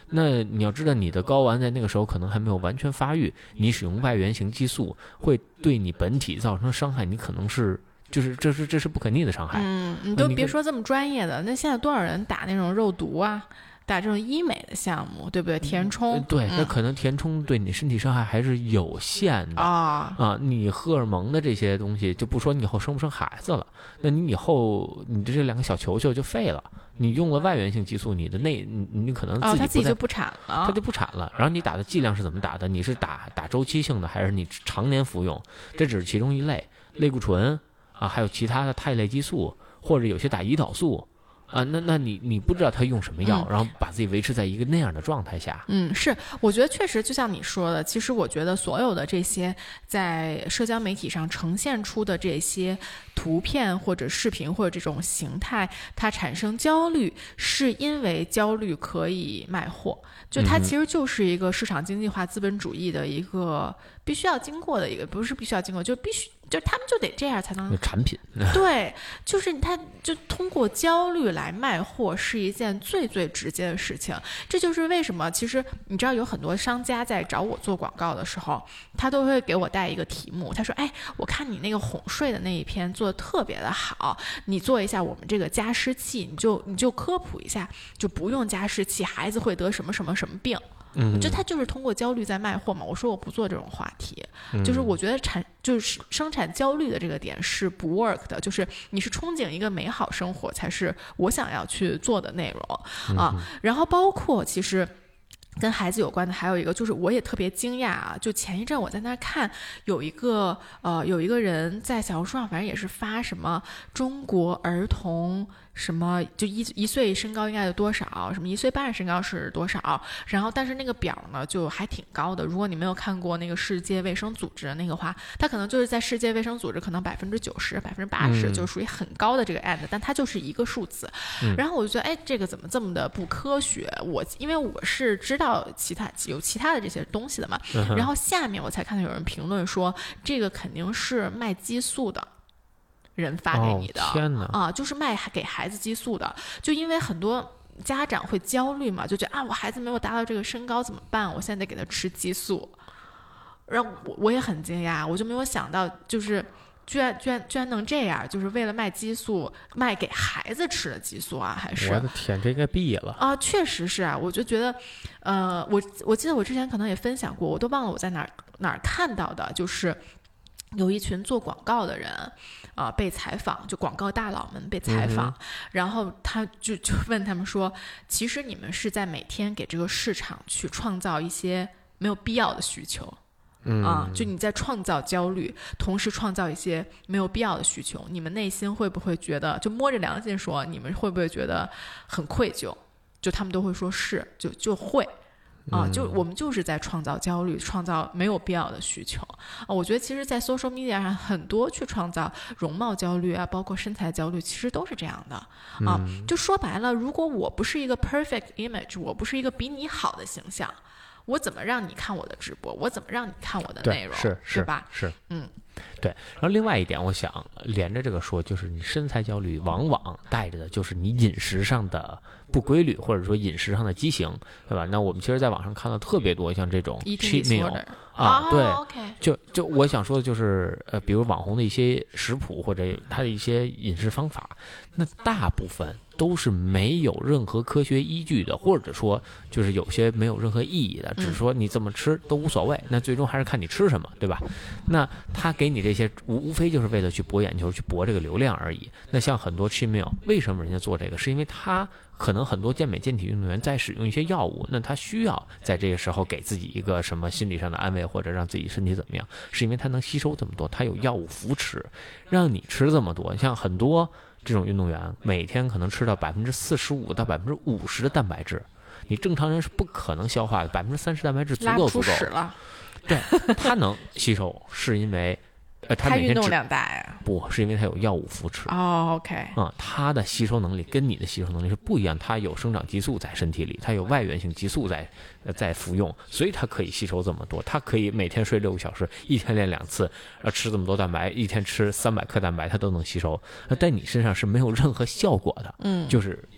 那你要知道，你的睾丸在那个时候可能还没有完全发育，你使用外源性激素会对你本体造成伤害，你可能是就是这是这是不可逆的伤害。 嗯，你都别说这么专业的，那现在多少人打那种肉毒啊？打这种医美的项目，对不对？填充， 对，那、 嗯、 可能填充对你身体伤害还是有限的啊啊。你荷尔蒙的这些东西，就不说你以后生不生孩子了，那你以后你的这两个小球球就废了。你用了外源性激素，你的内你你可能自己不、哦、 他自己就不产了， 它就不产了。然后你打的剂量是怎么打的？你是打打周期性的，还是你常年服用？这只是其中一类，类固醇啊，还有其他的肽类激素，或者有些打胰岛素。啊，那那你你不知道他用什么药、嗯，然后把自己维持在一个那样的状态下。 嗯，是，我觉得确实就像你说的，其实我觉得所有的这些在社交媒体上呈现出的这些图片或者视频或者这种形态，它产生焦虑，是因为焦虑可以卖货，就它其实就是一个市场经济化资本主义的一个必须要经过的一个，不是必须要经过，就必须。就他们就得这样才能产品， 对，就是他就通过焦虑来卖货是一件最最直接的事情。这就是为什么其实你知道有很多商家在找我做广告的时候，他都会给我带一个题目，他说哎，我看你那个哄睡的那一篇做的特别的好，你做一下我们这个加湿器，你就你就科普一下，就不用加湿器孩子会得什么什么什么病。嗯，就他就是通过焦虑在卖货嘛。我说我不做这种话题，嗯、就是我觉得产就是生产焦虑的这个点是不 work 的，就是你是憧憬一个美好生活才是我想要去做的内容、嗯、啊。然后包括其实跟孩子有关的还有一个，就是我也特别惊讶啊，就前一阵我在那看有一个呃有一个人在小红书上，反正也是发什么中国儿童。什么就一一岁身高应该有多少，什么一岁半身高是多少，然后但是那个表呢就还挺高的。如果你没有看过那个世界卫生组织的那个话，它可能就是在世界卫生组织可能百分之九十、百分之八十就是属于很高的这个 end，、嗯、但它就是一个数字。嗯、然后我就觉得，哎，这个怎么这么的不科学？我因为我是知道其他有其他的这些东西的嘛，嗯、然后下面我才看到有人评论说，这个肯定是卖激素的。人发给你的、 哦、天哪啊，就是卖给孩子激素的，就因为很多家长会焦虑嘛，就觉得啊，我孩子没有达到这个身高怎么办？我现在得给他吃激素。然后我我也很惊讶，我就没有想到，就是居然居然居然能这样，就是为了卖激素，卖给孩子吃的激素啊，还是我的天，这个毙了啊！确实是啊，我就觉得，呃，我我记得我之前可能也分享过，我都忘了我在哪儿哪儿看到的，就是有一群做广告的人。啊、呃，被采访，就广告大佬们被采访，嗯、然后他就就问他们说，其实你们是在每天给这个市场去创造一些没有必要的需求，嗯啊，就你在创造焦虑，同时创造一些没有必要的需求，你们内心会不会觉得，就摸着良心说，你们会不会觉得很愧疚？就他们都会说是，就就会。啊，就我们就是在创造焦虑，创造没有必要的需求啊。我觉得其实，在 social media 上，很多去创造容貌焦虑啊，包括身材焦虑，其实都是这样的啊。就说白了，如果我不是一个 perfect image， 我不是一个比你好的形象，我怎么让你看我的直播？我怎么让你看我的内容？ 是是吧？ 是， 嗯。 对，然后另外一点，我想连着这个说，就是你身材焦虑往往带着的就是你饮食上的不规律，或者说饮食上的畸形，对吧？那我们其实在网上看到特别多像这种 cheat meal 啊，对， oh, okay. 就就我想说的就是，呃，比如网红的一些食谱或者他的一些饮食方法，那大部分都是没有任何科学依据的，或者说就是有些没有任何意义的，只是说你这么吃都无所谓，那最终还是看你吃什么，对吧？那他给你这些无无非就是为了去博眼球，去博这个流量而已。那像很多 cheat meal， 为什么人家做这个？是因为他可能很多健美健体运动员在使用一些药物，那他需要在这个时候给自己一个什么心理上的安慰，或者让自己身体怎么样，是因为他能吸收这么多，他有药物扶持，让你吃这么多。像很多这种运动员每天可能吃到百分之四十五到百分之五十的蛋白质，你正常人是不可能消化的，百分之三十蛋白质足够足够。 拉出屎了。 对，他能吸收，是因为呃，他运动量大呀？ 不是因为他有药物扶持。 哦 ，OK， 啊、嗯，他的吸收能力跟你的吸收能力是不一样，他有生长激素在身体里，他有外源性激素在呃在服用，所以他可以吸收这么多，他可以每天睡六个小时，一天练两次，呃，吃这么多蛋白，一天吃三百克蛋白，他都能吸收。那在你身上是没有任何效果的，嗯，就是因为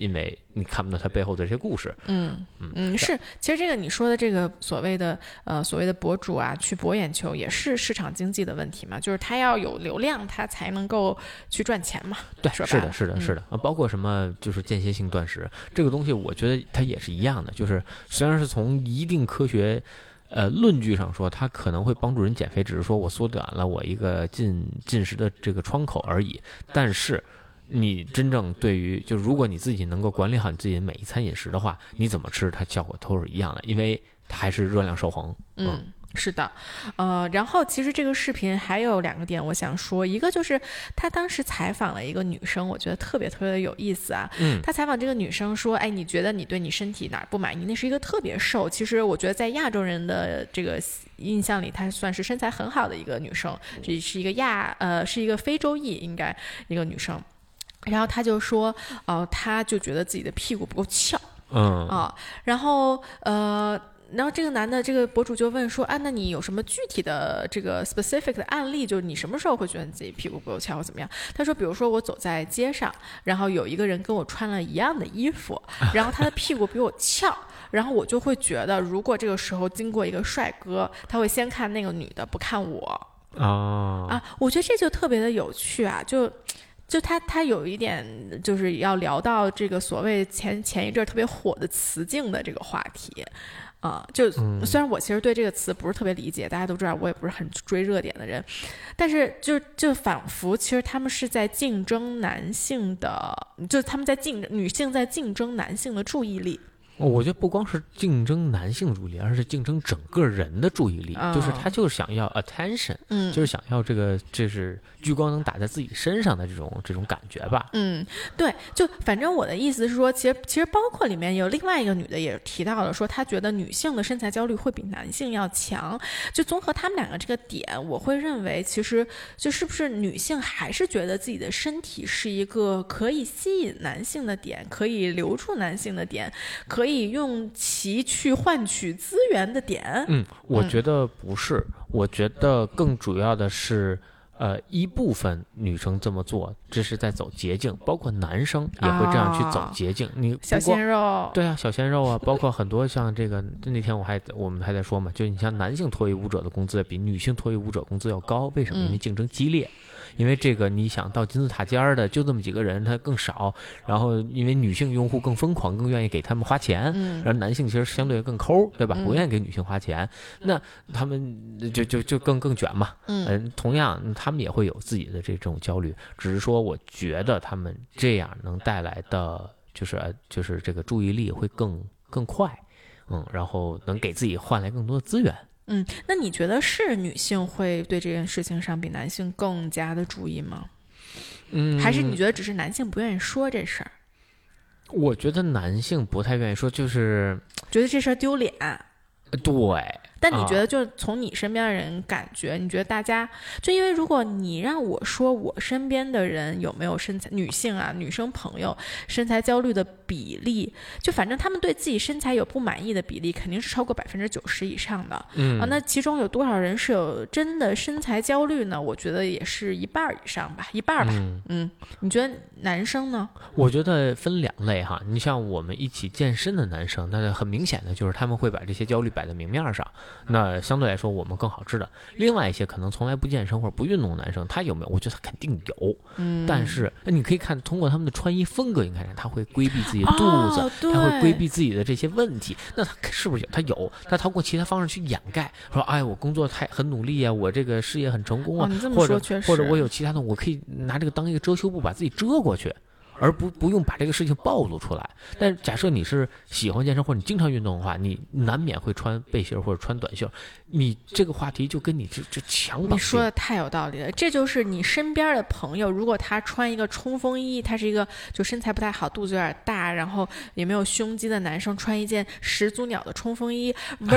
你看不到他背后的这些故事。 嗯嗯，是，其实这个你说的这个所谓的呃所谓的博主啊，去博眼球也是市场经济的问题嘛，就是他要有流量，他才能够去赚钱嘛。 对， 是的，是的，是的，包括什么就是间歇性断食这个东西，我觉得它也是一样的，就是虽然是从一定科学。呃，论据上说，它可能会帮助人减肥，只是说我缩短了我一个进进食的这个窗口而已。但是，你真正对于，就如果你自己能够管理好你自己的每一餐饮食的话，你怎么吃，它效果都是一样的，因为它还是热量守恒。 嗯。嗯是的，呃，然后其实这个视频还有两个点我想说，一个就是他当时采访了一个女生，我觉得特别特别的有意思啊。 嗯， 他采访这个女生说，哎，你觉得你对你身体哪儿不满意？那是一个特别瘦，其实我觉得在亚洲人的这个印象里，她算是身材很好的一个女生，这是一个亚呃是一个非洲裔应该一个女生。然后他就说，呃，他就觉得自己的屁股不够翘， 嗯啊，然后呃。然后这个男的这个博主就问说，啊，那你有什么具体的这个 specific 的案例？就是你什么时候会觉得你自己屁股不够翘或怎么样？他说，比如说我走在街上，然后有一个人跟我穿了一样的衣服，然后他的屁股比我翘，然后我就会觉得，如果这个时候经过一个帅哥，他会先看那个女的，不看我。 啊啊，我觉得这就特别的有趣啊，就。就他他有一点就是要聊到这个所谓前前一阵特别火的雌竞的这个话题。啊、呃，就虽然我其实对这个词不是特别理解，大家都知道我也不是很追热点的人，但是就就仿佛其实他们是在竞争男性的，就他们在竞女性在竞争男性的注意力。 我觉得不光是竞争男性注意力，而是竞争整个人的注意力， 哦、 就是他就是想要 attention， 嗯， 就是想要这个就是聚光灯打在自己身上的这种这种感觉吧。 嗯，对，就反正我的意思是说，其实其实包括里面有另外一个女的也提到了，说她觉得女性的身材焦虑会比男性要强。就综合他们两个这个点，我会认为其实就是不是女性还是觉得自己的身体是一个可以吸引男性的点，可以留住男性的点，可以。可以用其去换取资源的点。 嗯，我觉得不是，嗯、我觉得更主要的是，呃，一部分女生这么做，这是在走捷径，包括男生也会这样去走捷径。哦、你小鲜肉， 对啊，小鲜肉啊，包括很多像这个，那天我还我们还在说嘛，就你像男性脱衣舞者的工资比女性脱衣舞者工资要高，为什么？因为竞争激烈。嗯因为这个，你想到金字塔尖的就这么几个人，他更少。然后，因为女性用户更疯狂，更愿意给他们花钱， 嗯、 然后男性其实相对更抠，对吧？ 嗯、 不愿意给女性花钱，那他们就就就更更卷嘛。 嗯、 呃，同样，他们也会有自己的这种焦虑，只是说，我觉得他们这样能带来的就是就是这个注意力会更更快，嗯，然后能给自己换来更多的资源。 嗯，那你觉得是女性会对这件事情上比男性更加的注意吗？ 嗯， 还是你觉得只是男性不愿意说这事儿？ 我觉得男性不太愿意说，就是觉得这事儿丢脸。 对。 但你觉得，就从你身边的人感觉，啊、你觉得大家就因为如果你让我说我身边的人有没有身材女性啊女生朋友身材焦虑的比例，就反正他们对自己身材有不满意的比例肯定是超过百分之九十以上的。 嗯啊，那其中有多少人是有真的身材焦虑呢？我觉得也是一半以上吧，一半吧。 嗯, 嗯，你觉得男生呢？ 我觉得分两类哈，你像我们一起健身的男生，那很明显的就是他们会把这些焦虑摆在明面上。那相对来说我们更好知道。另外一些可能从来不健身或者不运动的男生，他有没有？我觉得他肯定有。 嗯， 但是你可以看通过他们的穿衣风格，你看他会规避自己的肚子， 哦、 他会规避自己的这些问题。那他是不是有？他有，他通过其他方式去掩盖，说哎，我工作太很努力啊，我这个事业很成功啊， 哦、你这么或者确实或者我有其他的，我可以拿这个当一个遮羞布把自己遮过去。而不不用把这个事情暴露出来。但假设你是喜欢健身或者你经常运动的话，你难免会穿背心或者穿短袖，你这个话题就跟你这这强绑。 你说的太有道理了，这就是你身边的朋友，如果他穿一个冲锋衣，他是一个就身材不太好、肚子有点大，然后也没有胸肌的男生穿一件始祖鸟的冲锋衣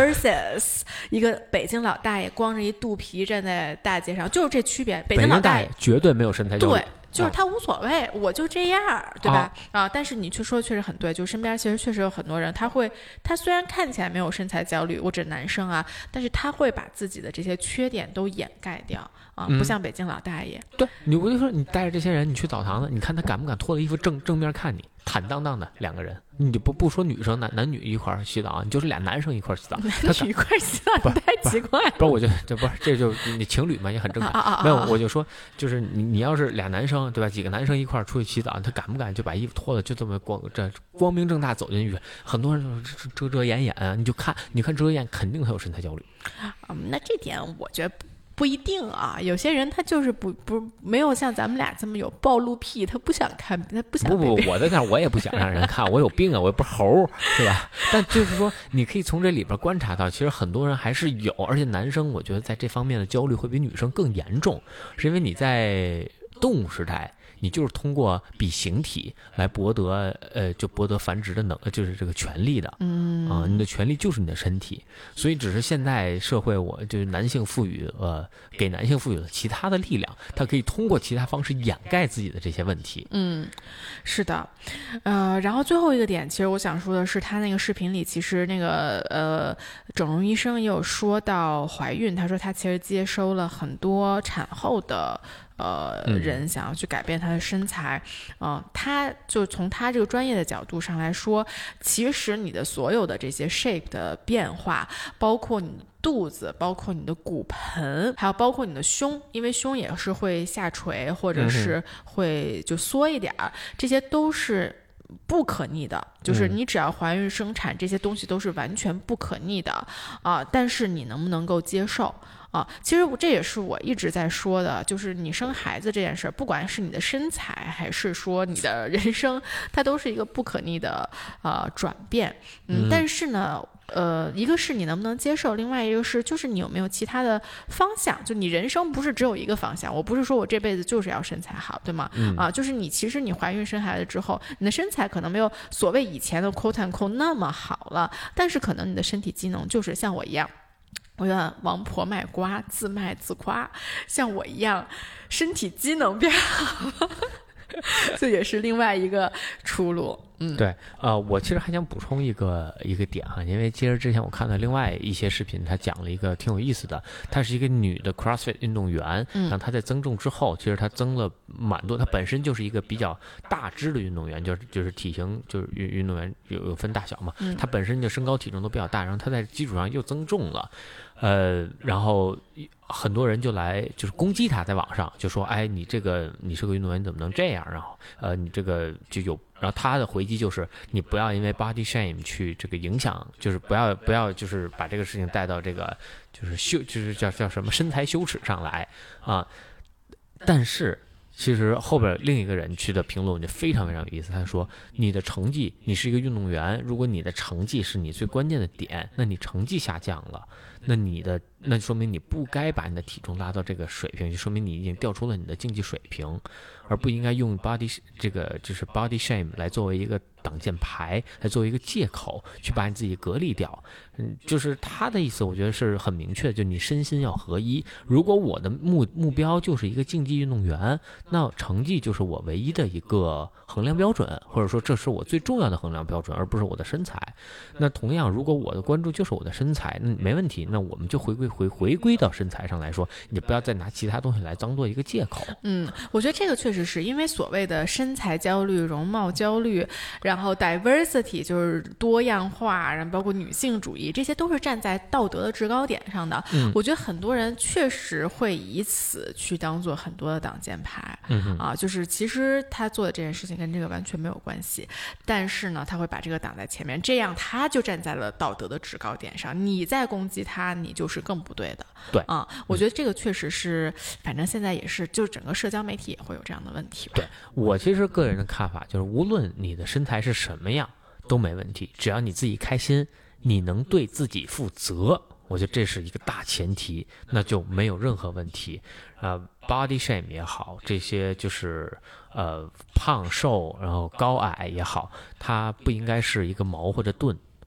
versus 一个北京老大爷光着一肚皮站在大街上，就是这区别。北京老大爷绝对没有身材焦虑。 对。就是他无所谓、啊、我就这样，对吧？啊, 啊但是你去说确实很对，就身边其实确实有很多人，他会他虽然看起来没有身材焦虑，我指男生啊，但是他会把自己的这些缺点都掩盖掉啊，不像北京老大爷。 嗯、对，你我就说你带着这些人，你去澡堂子，你看他敢不敢脱了衣服正正面看你？ 坦荡荡的两个人，你就不不说女生男男女一块儿洗澡，你就是俩男生一块儿洗澡， 男女一块儿洗澡太奇怪了。 不是，我就这不是这就你情侣嘛也很正常。 啊啊啊啊没有，我就说就是你你要是俩男生对吧，几个男生一块儿出去洗澡，他敢不敢就把衣服脱了，就这么光这光明正大走进去？很多人都遮遮掩掩啊，你就看你看遮掩，肯定他有身材焦虑。 嗯，那这点我觉得不。不一定啊，有些人他就是不不没有像咱们俩这么有暴露癖，他不想看，他不想。 不不，我在那儿我也不想让人看，我有病啊，我又不是猴，是吧？但就是说，你可以从这里边观察到，其实很多人还是有，而且男生我觉得在这方面的焦虑会比女生更严重，是因为你在动物时代。你就是通过比形体来博得，呃，就博得繁殖的能，就是这个权利的，嗯啊、呃，你的权利就是你的身体，所以只是现在社会，我就是男性赋予，呃，给男性赋予了其他的力量，他可以通过其他方式掩盖自己的这些问题。 嗯，是的，呃，然后最后一个点，其实我想说的是，他那个视频里，其实那个呃，整容医生也有说到怀孕，他说他其实接收了很多产后的。呃，人想要去改变他的身材，嗯、呃，他就从他这个专业的角度上来说，其实你的所有的这些 shape 的变化，包括你肚子，包括你的骨盆，还有包括你的胸，因为胸也是会下垂或者是会就缩一点儿，这些都是。不可逆的，就是你只要怀孕生产，这些东西都是完全不可逆的啊、呃。但是你能不能够接受啊？其实这也是我一直在说的，就是你生孩子这件事儿，不管是你的身材还是说你的人生，它都是一个不可逆的呃转变。嗯，嗯但是呢。呃，一个是你能不能接受，另外一个是就是你有没有其他的方向，就你人生不是只有一个方向，我不是说我这辈子就是要身材好，对吗？嗯、啊，就是你其实你怀孕生孩子之后，你的身材可能没有所谓以前的 quote and quote 那么好了，但是可能你的身体机能就是像我一样。我叫王婆卖瓜，自卖自夸，像我一样，身体机能变好了。这也是另外一个出路。嗯， 对，呃，我其实还想补充一个一个点哈，因为接着之前我看到另外一些视频，他讲了一个挺有意思的，她是一个女的 CrossFit 运动员，然后她在增重之后，其实她增了蛮多，她本身就是一个比较大只的运动员，就是就是体型就是运运动员有有分大小嘛，她本身就身高体重都比较大，然后她在基础上又增重了。呃，然后很多人就来就是攻击他，在网上就说，哎，你这个你是个运动员，你怎么能这样？然后，呃，你这个就有，然后他的回击就是，你不要因为 body shame 去这个影响，就是不要不要就是把这个事情带到这个就是羞，就是叫叫什么身材羞耻上来啊。但是其实后边另一个人去的评论就非常非常有意思，他说你的成绩，你是一个运动员，如果你的成绩是你最关键的点，那你成绩下降了，那你的那说明你不该把你的体重拉到这个水平，就说明你已经掉出了你的竞技水平，而不应该用 body 这个就是 body shame 来作为一个挡箭牌，来作为一个借口去把你自己隔离掉。嗯，就是他的意思，我觉得是很明确的，就你身心要合一。如果我的目目标就是一个竞技运动员，那成绩就是我唯一的一个衡量标准，或者说这是我最重要的衡量标准，而不是我的身材。那同样，如果我的关注就是我的身材，那没问题，那我们就回归回回归到身材上来说，你不要再拿其他东西来当做一个借口。 嗯，我觉得这个确实是因为所谓的身材焦虑、容貌焦虑，然后 diversity 就是多样化，然后包括女性主义，这些都是站在道德的制高点上的。嗯，我觉得很多人确实会以此去当做很多的挡箭牌。嗯啊，就是其实他做的这件事情跟这个完全没有关系，但是呢，他会把这个挡在前面，这样他就站在了道德的制高点上。你再攻击他，你就是更不对的。 对啊，我觉得这个确实是，反正现在也是，就整个社交媒体也会有这样的问题吧。 对，我其实个人的看法就是，无论你的身材是什么样都没问题，只要你自己开心，你能对自己负责，我觉得这是一个大前提，那就没有任何问题。呃 ，body shame 也好，这些就是呃胖瘦，然后高矮也好，它不应该是一个矛或者盾。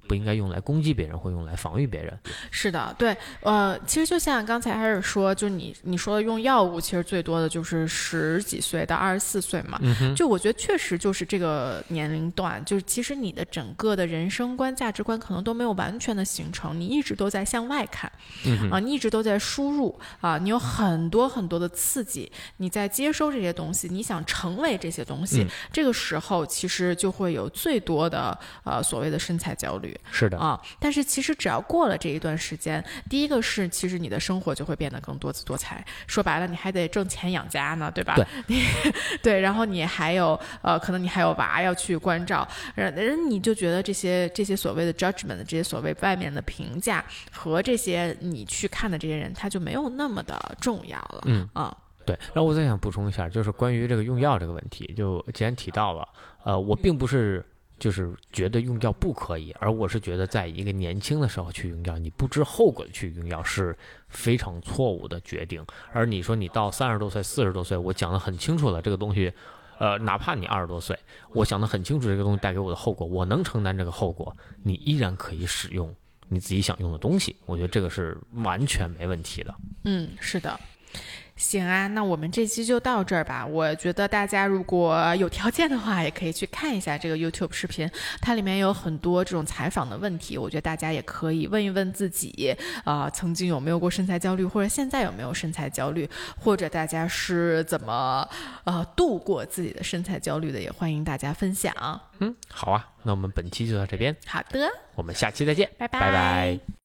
不应该用来攻击别人或用来防御别人。 是的，对，呃，其实就像刚才开始说，就你你说的用药物，其实最多的就是十几岁到二十四岁嘛。 嗯、 就我觉得确实就是这个年龄段，就是其实你的整个的人生观、价值观可能都没有完全的形成，你一直都在向外看， 嗯、 啊，你一直都在输入啊，你有很多很多的刺激，你在接收这些东西，你想成为这些东西，嗯、这个时候其实就会有最多的呃所谓的身材焦虑。 是的啊，但是其实只要过了这一段时间，第一个是其实你的生活就会变得更多姿多彩。说白了，你还得挣钱养家呢，对吧？ 对， 对，然后你还有呃，可能你还有娃要去关照，人你就觉得这些这些所谓的 judgment， 这些所谓外面的评价和这些你去看的这些人，他就没有那么的重要了。 嗯啊。 对，然后我再想补充一下，就是关于这个用药这个问题，就既然提到了，呃，我并不是就是觉得用药不可以，而我是觉得在一个年轻的时候去用药，你不知后果的去用药是非常错误的决定。而你说你到三十多岁、四十多岁，我讲得很清楚了，这个东西，呃，哪怕你二十多岁，我想得很清楚这个东西带给我的后果，我能承担这个后果，你依然可以使用你自己想用的东西，我觉得这个是完全没问题的。 嗯，是的。行啊，那我们这期就到这儿吧。我觉得大家如果有条件的话，也可以去看一下这个 YouTube 视频，它里面有很多这种采访的问题，我觉得大家也可以问一问自己，啊、呃，曾经有没有过身材焦虑，或者现在有没有身材焦虑，或者大家是怎么呃度过自己的身材焦虑的，也欢迎大家分享。 嗯，好啊，那我们本期就到这边。 好的， 我们下期再见， 拜拜。 拜拜。